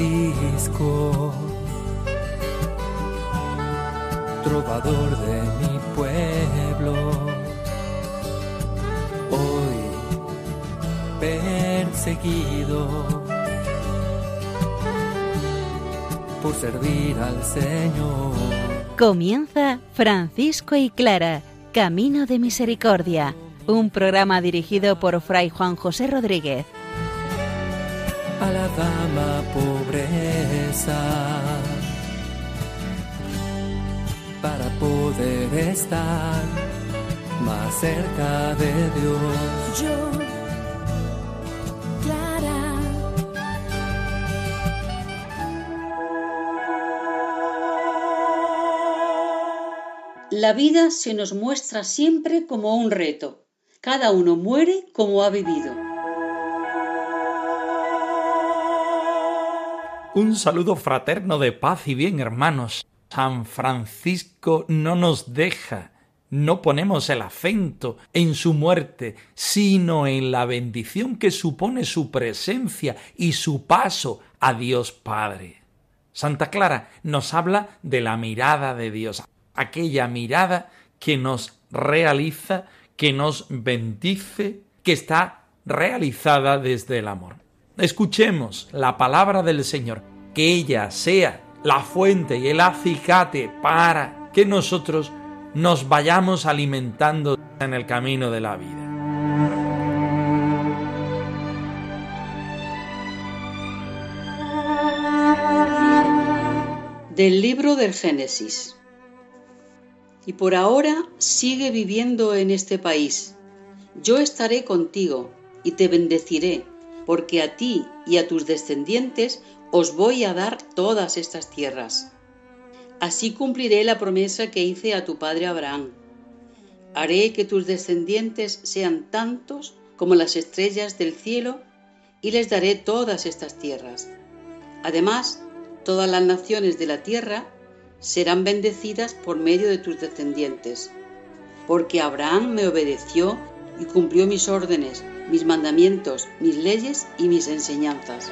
Francisco, trovador de mi pueblo, hoy perseguido por servir al Señor. Comienza Francisco y Clara, Camino de Misericordia, un programa dirigido por Fray Juan José Rodríguez. A la dama pobreza, para poder estar más cerca de Dios. Yo, Clara. La vida se nos muestra siempre como un reto. Cada uno muere como ha vivido. Un saludo fraterno de paz y bien, hermanos. San Francisco no nos deja, no ponemos el acento en su muerte, sino en la bendición que supone su presencia y su paso a Dios Padre. Santa Clara nos habla de la mirada de Dios, aquella mirada que nos realiza, que nos bendice, que está realizada desde el amor. Escuchemos la palabra del Señor, que ella sea la fuente y el acicate para que nosotros nos vayamos alimentando en el camino de la vida. Del libro del Génesis. Y por ahora sigue viviendo en este país. Yo estaré contigo y te bendeciré, porque a ti y a tus descendientes os voy a dar todas estas tierras. Así cumpliré la promesa que hice a tu padre Abraham. Haré que tus descendientes sean tantos como las estrellas del cielo, y les daré todas estas tierras. Además, todas las naciones de la tierra serán bendecidas por medio de tus descendientes, porque Abraham me obedeció y cumplió mis órdenes, mis mandamientos, mis leyes y mis enseñanzas.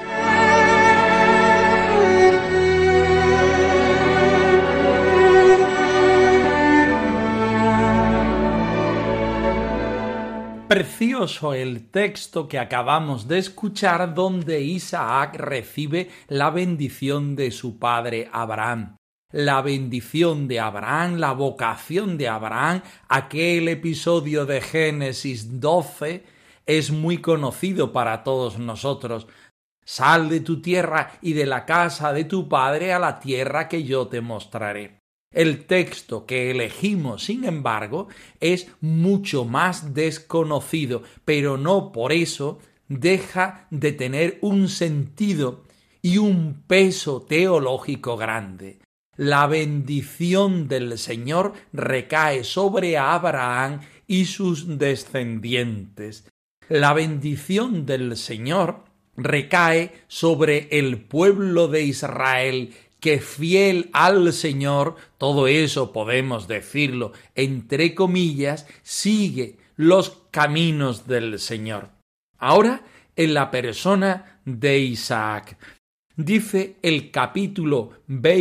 Precioso el texto que acabamos de escuchar, donde Isaac recibe la bendición de su padre Abraham. La bendición de Abraham, la vocación de Abraham, aquel episodio de Génesis 12 es muy conocido para todos nosotros. Sal de tu tierra y de la casa de tu padre a la tierra que yo te mostraré. El texto que elegimos, sin embargo, es mucho más desconocido, pero no por eso deja de tener un sentido y un peso teológico grande. La bendición del Señor recae sobre Abraham y sus descendientes. La bendición del Señor recae sobre el pueblo de Israel, que fiel al Señor, todo eso podemos decirlo entre comillas, sigue los caminos del Señor. Ahora, en la persona de Isaac. Dice el capítulo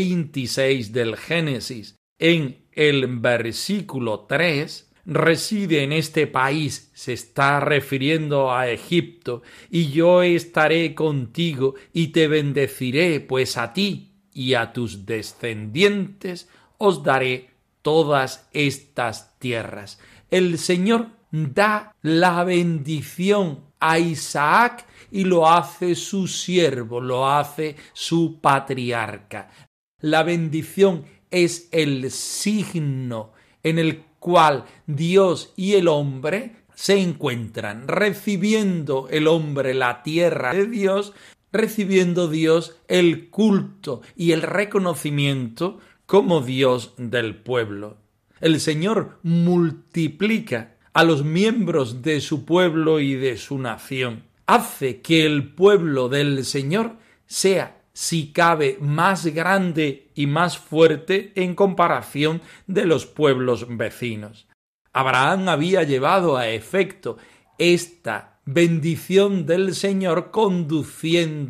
26 del Génesis, en el versículo 3, reside en este país, se está refiriendo a Egipto, y yo estaré contigo y te bendeciré, pues a ti y a tus descendientes os daré todas estas tierras. El Señor da la bendición a Isaac y lo hace su siervo, lo hace su patriarca. La bendición es el signo en el cual Dios y el hombre se encuentran, recibiendo el hombre la tierra de Dios, recibiendo Dios el culto y el reconocimiento como Dios del pueblo. El Señor multiplica a los miembros de su pueblo y de su nación. Hace que el pueblo del Señor sea, si cabe, más grande y más fuerte en comparación de los pueblos vecinos. Abraham había llevado a efecto esta bendición del Señor conduciendo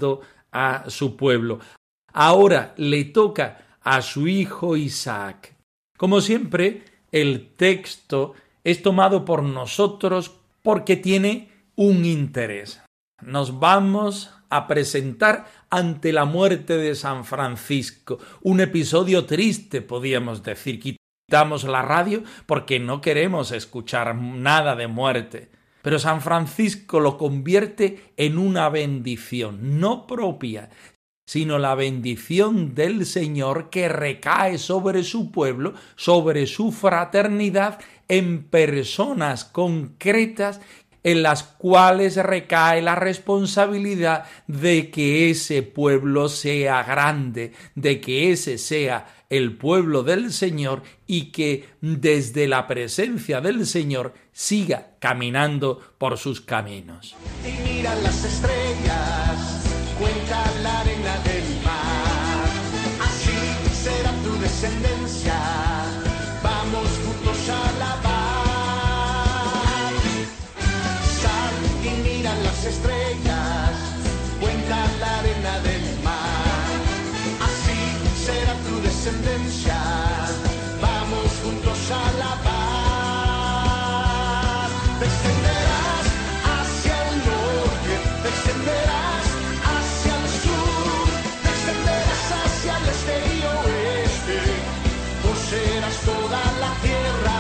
a su pueblo. Ahora le toca a su hijo Isaac. Como siempre, el texto es tomado por nosotros porque tiene un interés. Nos vamos a presentar ante la muerte de San Francisco. Un episodio triste, podríamos decir. Quitamos la radio porque no queremos escuchar nada de muerte. Pero San Francisco lo convierte en una bendición, no propia, sino la bendición del Señor que recae sobre su pueblo, sobre su fraternidad, en personas concretas en las cuales recae la responsabilidad de que ese pueblo sea grande, de que ese sea el pueblo del Señor y que desde la presencia del Señor siga caminando por sus caminos. Y mira las estrellas, cuenta la arena del mar, así será tu descendencia, vamos juntos a la paz. Las estrellas cuentan la arena del mar, así será tu descendencia, vamos juntos a la paz. Descenderás hacia el norte, descenderás hacia el sur, descenderás hacia el este y oeste, poseerás toda la tierra.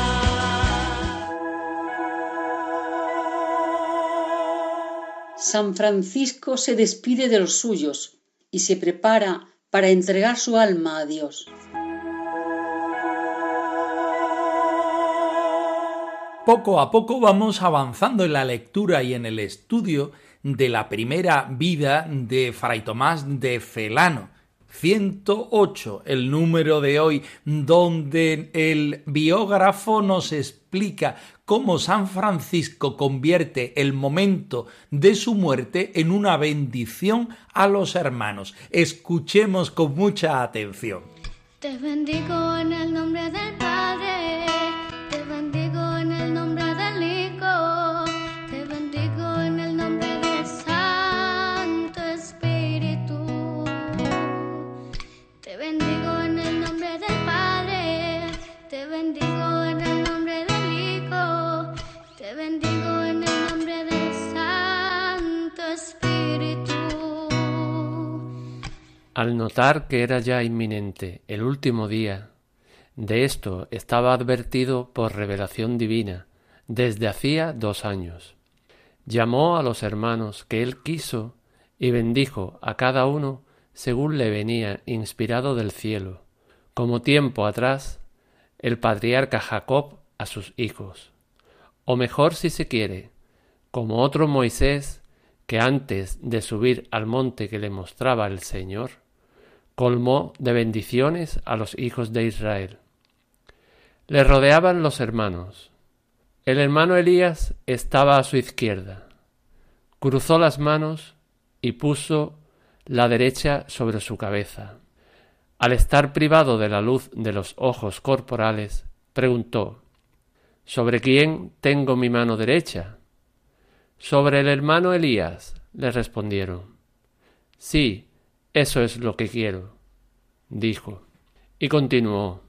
San Francisco se despide de los suyos y se prepara para entregar su alma a Dios. Poco a poco vamos avanzando en la lectura y en el estudio de la primera vida de Fray Tomás de Celano. 108, el número de hoy, donde el biógrafo nos explica cómo San Francisco convierte el momento de su muerte en una bendición a los hermanos. Escuchemos con mucha atención. Te bendigo en el nombre del Padre, te bendigo en el nombre del Hijo, te bendigo en el nombre del Santo Espíritu. Te bendigo en el nombre del Padre, te bendigo en el nombre del Hijo, te bendigo en el nombre del Santo Espíritu. Al notar que era ya inminente el último día, de esto estaba advertido por revelación divina desde hacía 2 años. Llamó a los hermanos que él quiso y bendijo a cada uno según le venía inspirado del cielo, como tiempo atrás el patriarca Jacob a sus hijos, o mejor si se quiere, como otro Moisés que antes de subir al monte que le mostraba el Señor, colmó de bendiciones a los hijos de Israel. Le rodeaban los hermanos. El hermano Elías estaba a su izquierda. Cruzó las manos y puso la derecha sobre su cabeza. Al estar privado de la luz de los ojos corporales, preguntó: ¿Sobre quién tengo mi mano derecha? Sobre el hermano Elías, le respondieron. Sí, eso es lo que quiero, dijo, y continuó: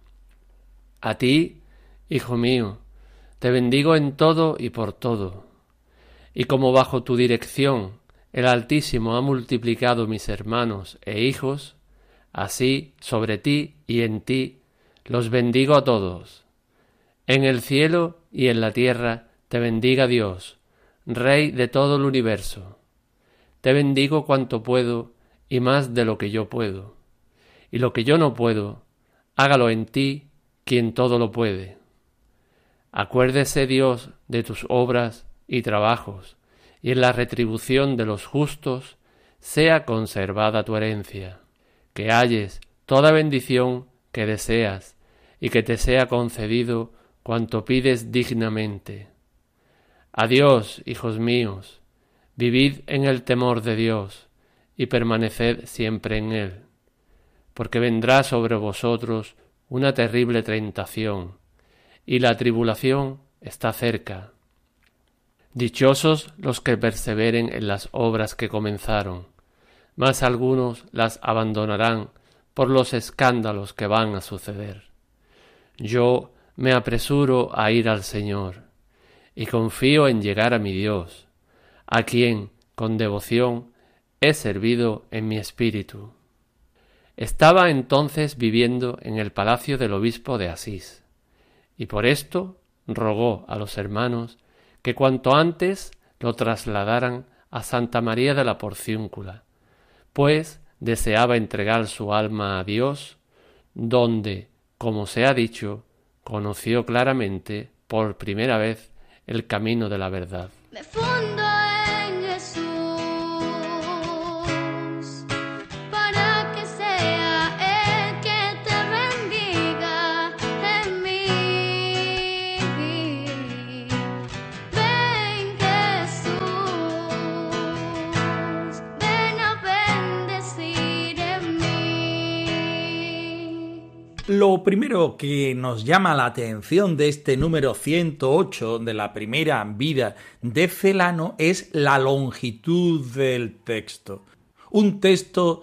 A ti, hijo mío, te bendigo en todo y por todo, y como bajo tu dirección el Altísimo ha multiplicado mis hermanos e hijos, así sobre ti y en ti los bendigo a todos. En el cielo y en la tierra te bendiga Dios, Rey de todo el universo. Te bendigo cuanto puedo y más de lo que yo puedo, y lo que yo no puedo, hágalo en ti quien todo lo puede. Acuérdese Dios de tus obras y trabajos, y en la retribución de los justos sea conservada tu herencia, que halles toda bendición que deseas, y que te sea concedido cuanto pides dignamente. Adiós, hijos míos, vivid en el temor de Dios, y permaneced siempre en él, porque vendrá sobre vosotros una terrible tentación, y la tribulación está cerca. Dichosos los que perseveren en las obras que comenzaron. mas algunos las abandonarán por los escándalos que van a suceder. Yo me apresuro a ir al Señor y confío en llegar a mi Dios, a quien, con devoción, he servido en mi espíritu. Estaba entonces viviendo en el palacio del obispo de Asís, y por esto rogó a los hermanos que cuanto antes lo trasladaran a Santa María de la Porciúncula, pues deseaba entregar su alma a Dios, donde, como se ha dicho, conoció claramente por primera vez el camino de la verdad. Me fundo en Jesús para que sea el que te bendiga en mí. Ven Jesús, ven a bendecir en mí. Lo primero que nos llama la atención de este número 108 de la primera vida de Celano es la longitud del texto. Un texto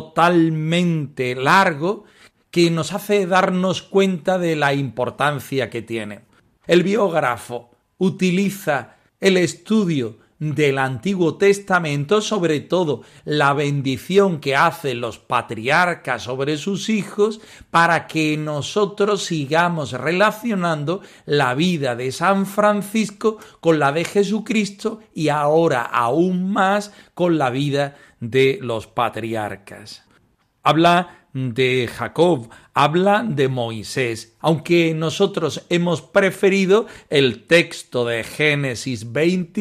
totalmente largo que nos hace darnos cuenta de la importancia que tiene. El biógrafo utiliza el estudio del Antiguo Testamento, sobre todo la bendición que hacen los patriarcas sobre sus hijos, para que nosotros sigamos relacionando la vida de San Francisco con la de Jesucristo y ahora aún más con la vida de los patriarcas. Habla de Jacob, habla de Moisés, aunque nosotros hemos preferido el texto de Génesis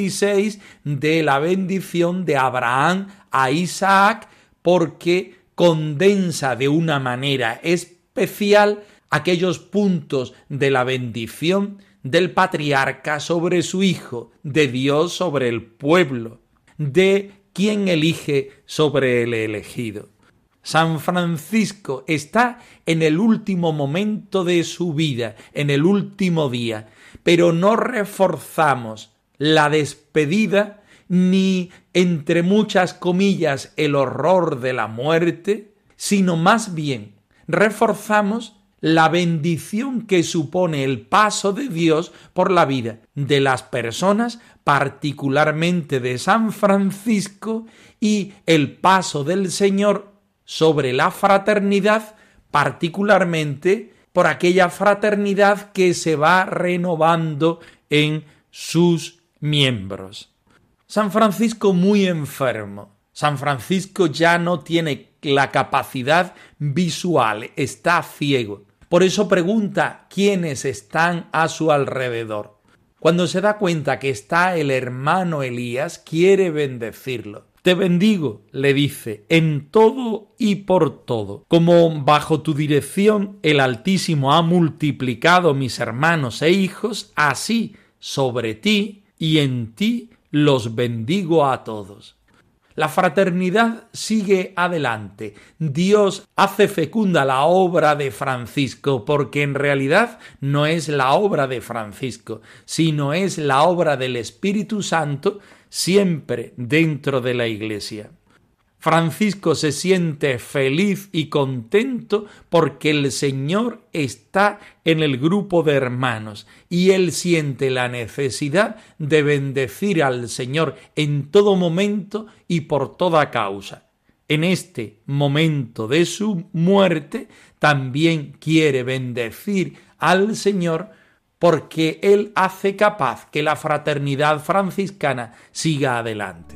26 de la bendición de Abraham a Isaac, porque condensa de una manera especial aquellos puntos de la bendición del patriarca sobre su hijo, de Dios sobre el pueblo, de quien elige sobre el elegido. San Francisco está en el último momento de su vida, en el último día, pero no reforzamos la despedida ni, entre muchas comillas, el horror de la muerte, sino más bien reforzamos la bendición que supone el paso de Dios por la vida de las personas, particularmente de San Francisco, y el paso del Señor sobre la fraternidad, particularmente por aquella fraternidad que se va renovando en sus miembros. San Francisco muy enfermo. San Francisco ya no tiene la capacidad visual, está ciego. Por eso pregunta quiénes están a su alrededor. Cuando se da cuenta que está el hermano Elías, quiere bendecirlo. Te bendigo, le dice, en todo y por todo. Como bajo tu dirección el Altísimo ha multiplicado mis hermanos e hijos, así sobre ti y en ti los bendigo a todos. La fraternidad sigue adelante. Dios hace fecunda la obra de Francisco, porque en realidad no es la obra de Francisco, sino es la obra del Espíritu Santo, siempre dentro de la Iglesia. Francisco se siente feliz y contento porque el Señor está en el grupo de hermanos y él siente la necesidad de bendecir al Señor en todo momento y por toda causa. En este momento de su muerte también quiere bendecir al Señor porque él hace capaz que la fraternidad franciscana siga adelante.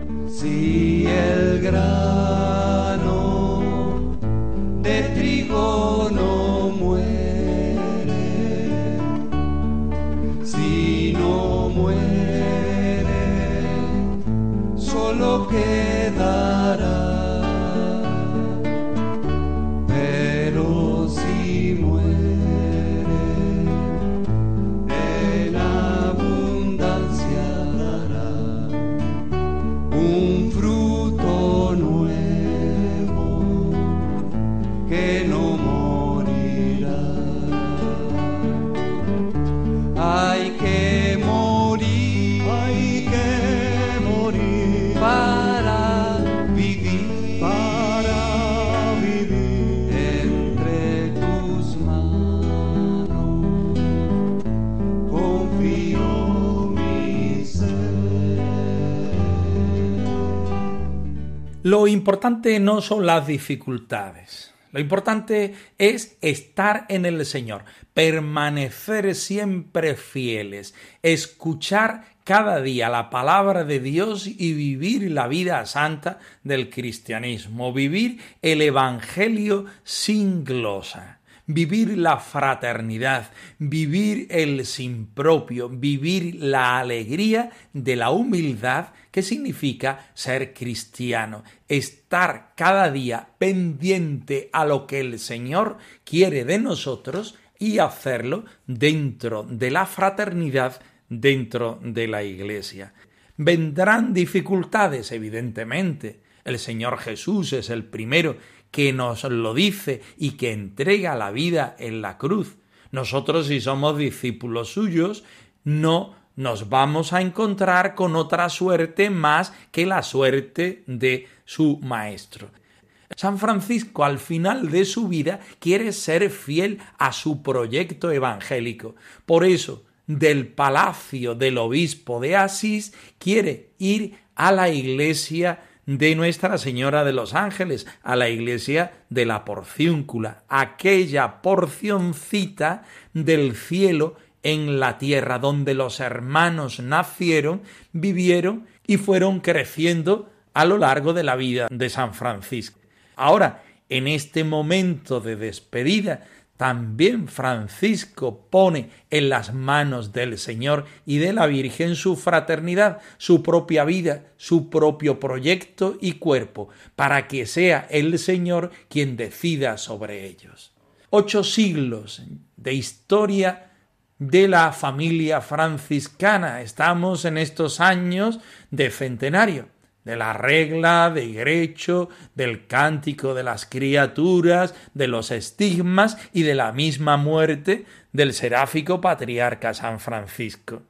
Si el grano de trigo no muere, si no muere, solo quedará. Pero si muere, en abundancia dará un fruto nuevo que no morirá. Hay que morir para vivir. Lo importante no son las dificultades. Lo importante es estar en el Señor, permanecer siempre fieles, escuchar cada día la palabra de Dios y vivir la vida santa del cristianismo, vivir el Evangelio sin glosa, vivir la fraternidad, vivir el sin propio, vivir la alegría de la humildad que significa ser cristiano, estar cada día pendiente a lo que el Señor quiere de nosotros y hacerlo dentro de la fraternidad, dentro de la Iglesia. Vendrán dificultades, evidentemente. El Señor Jesús es el primero que nos lo dice y que entrega la vida en la cruz. Nosotros, si somos discípulos suyos, no nos vamos a encontrar con otra suerte más que la suerte de su Maestro. San Francisco, al final de su vida, quiere ser fiel a su proyecto evangélico. Por eso, del palacio del obispo de Asís, quiere ir a la iglesia de Nuestra Señora de los Ángeles, a la iglesia de la Porciúncula, aquella porcioncita del cielo en la tierra, donde los hermanos nacieron, vivieron y fueron creciendo a lo largo de la vida de San Francisco. Ahora, en este momento de despedida, también Francisco pone en las manos del Señor y de la Virgen su fraternidad, su propia vida, su propio proyecto y cuerpo, para que sea el Señor quien decida sobre ellos. 8 siglos de historia de la familia franciscana. Estamos en estos años de centenario, de la regla, de Grecho, del cántico de las criaturas, de los estigmas y de la misma muerte del seráfico patriarca San Francisco.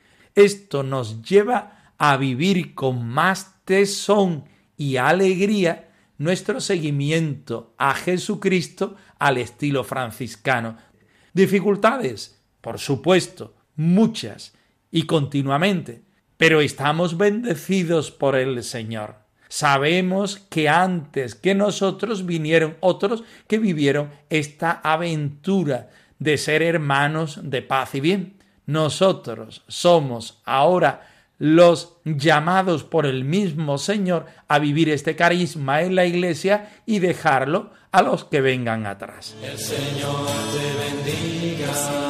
Esto nos lleva a vivir con más tesón y alegría nuestro seguimiento a Jesucristo al estilo franciscano. Dificultades, por supuesto, muchas y continuamente, pero estamos bendecidos por el Señor. Sabemos que antes que nosotros vinieron otros que vivieron esta aventura de ser hermanos de paz y bien. Nosotros somos ahora los llamados por el mismo Señor a vivir este carisma en la Iglesia y dejarlo a los que vengan atrás. El Señor te bendiga.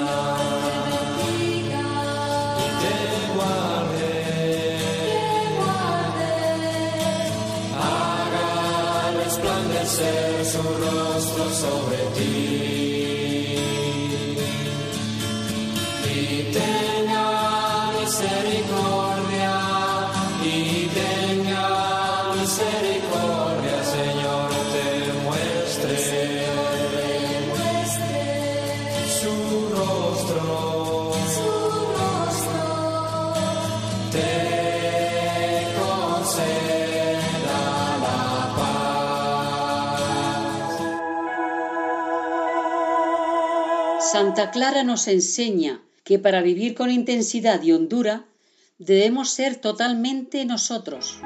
Ser su rostro sobre ti y tenga misericordia, Señor, te muestre su rostro, te conceda la paz. Santa Clara nos enseña que para vivir con intensidad y hondura debemos ser totalmente nosotros.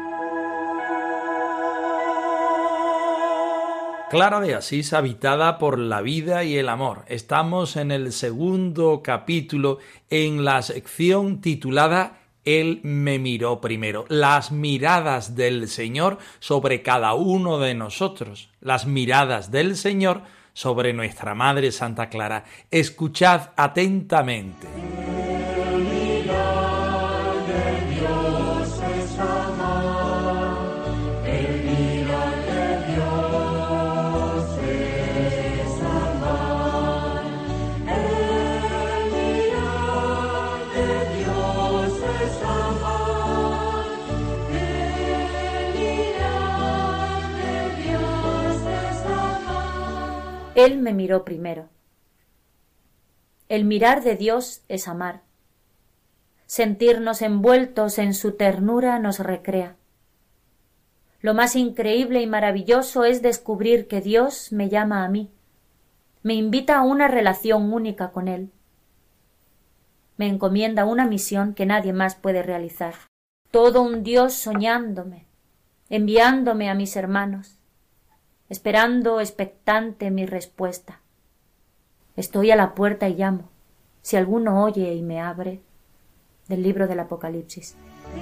Clara de Asís, habitada por la vida y el amor. Estamos en el segundo capítulo en la sección titulada Él me miró primero. Las miradas del Señor sobre cada uno de nosotros. Las miradas del Señor sobre nuestra Madre Santa Clara. Escuchad atentamente. Él me miró primero. El mirar de Dios es amar. Sentirnos envueltos en su ternura nos recrea. Lo más increíble y maravilloso es descubrir que Dios me llama a mí, me invita a una relación única con Él. Me encomienda una misión que nadie más puede realizar. Todo un Dios soñándome, enviándome a mis hermanos, esperando expectante mi respuesta. Estoy a la puerta y llamo, si alguno oye y me abre. Del libro del Apocalipsis.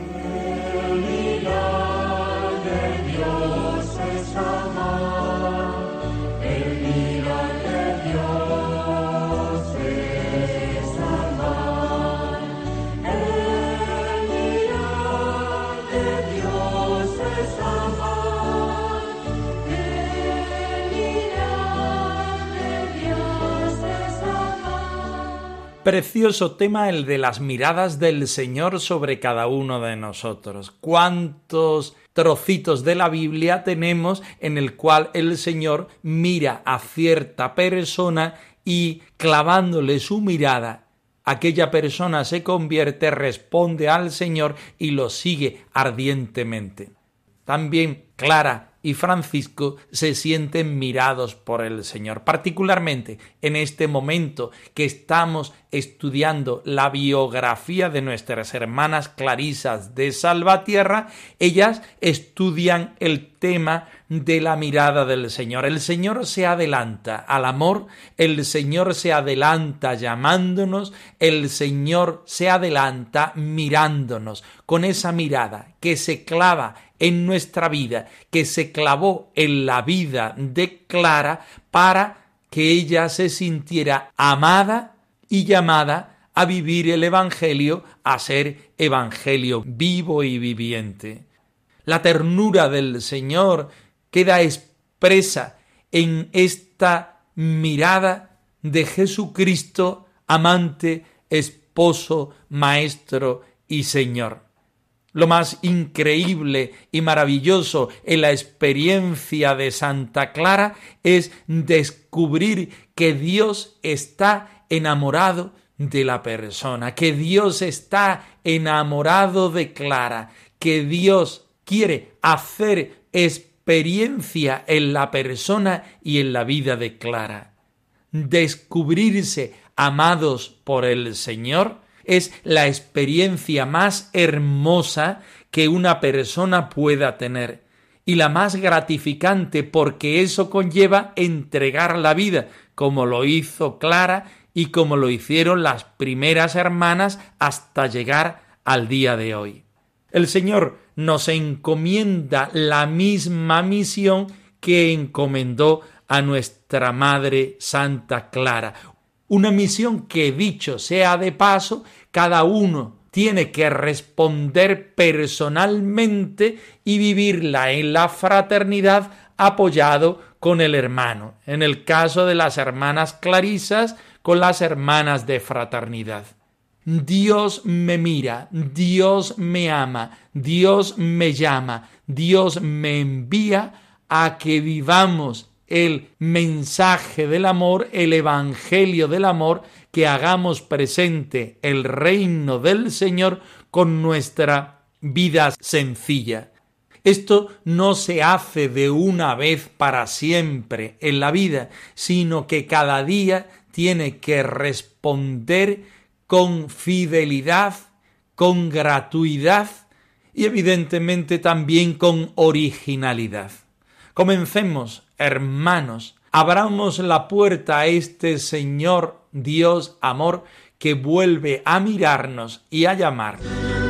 Precioso tema el de las miradas del Señor sobre cada uno de nosotros. ¿Cuántos trocitos de la Biblia tenemos en el cual el Señor mira a cierta persona y clavándole su mirada, aquella persona se convierte, responde al Señor y lo sigue ardientemente? También Clara y Francisco se sienten mirados por el Señor, particularmente en este momento que estamos estudiando la biografía de nuestras hermanas clarisas de Salvatierra. Ellas estudian el tema de la mirada del Señor. El Señor se adelanta al amor, el Señor se adelanta llamándonos, el Señor se adelanta mirándonos con esa mirada que se clava en nuestra vida, que se clavó en la vida de Clara para que ella se sintiera amada y llamada a vivir el Evangelio, a ser Evangelio vivo y viviente. La ternura del Señor queda expresa en esta mirada de Jesucristo, amante, esposo, maestro y Señor. Lo más increíble y maravilloso en la experiencia de Santa Clara es descubrir que Dios está enamorado de la persona, que Dios está enamorado de Clara, que Dios quiere hacer experiencia en la persona y en la vida de Clara. Descubrirse amados por el Señor es la experiencia más hermosa que una persona pueda tener y la más gratificante, porque eso conlleva entregar la vida, como lo hizo Clara y como lo hicieron las primeras hermanas hasta llegar al día de hoy. El Señor nos encomienda la misma misión que encomendó a nuestra Madre Santa Clara. Una misión que, dicho sea de paso, cada uno tiene que responder personalmente y vivirla en la fraternidad apoyado con el hermano. En el caso de las hermanas clarisas, con las hermanas de fraternidad. Dios me mira, Dios me ama, Dios me llama, Dios me envía a que vivamos el mensaje del amor, el evangelio del amor, que hagamos presente el reino del Señor con nuestra vida sencilla. Esto no se hace de una vez para siempre en la vida, sino que cada día tiene que responder con fidelidad, con gratuidad y evidentemente también con originalidad. Comencemos, hermanos, abramos la puerta a este Señor Dios amor que vuelve a mirarnos y a llamarnos.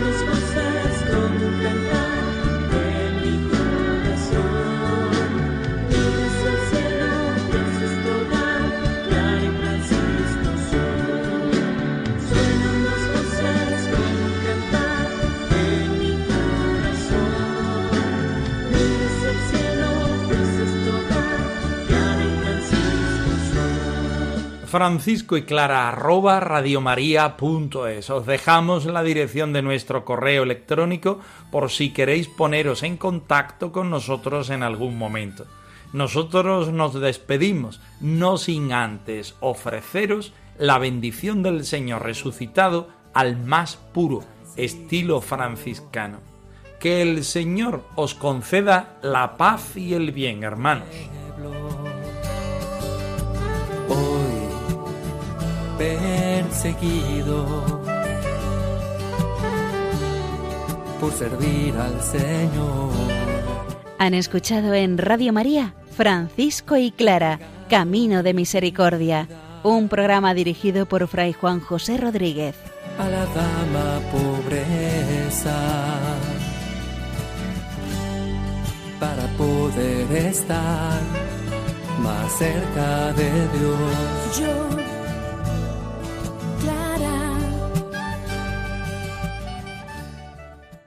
Francisco y Clara @radiomaria.es. Os dejamos la dirección de nuestro correo electrónico por si queréis poneros en contacto con nosotros en algún momento. Nosotros nos despedimos, no sin antes ofreceros la bendición del Señor resucitado al más puro estilo franciscano. Que el Señor os conceda la paz y el bien, hermanos. Perseguido por servir al Señor. Han escuchado en Radio María Francisco y Clara, Camino de Misericordia, un programa dirigido por Fray Juan José Rodríguez. A la dama pobreza, para poder estar más cerca de Dios.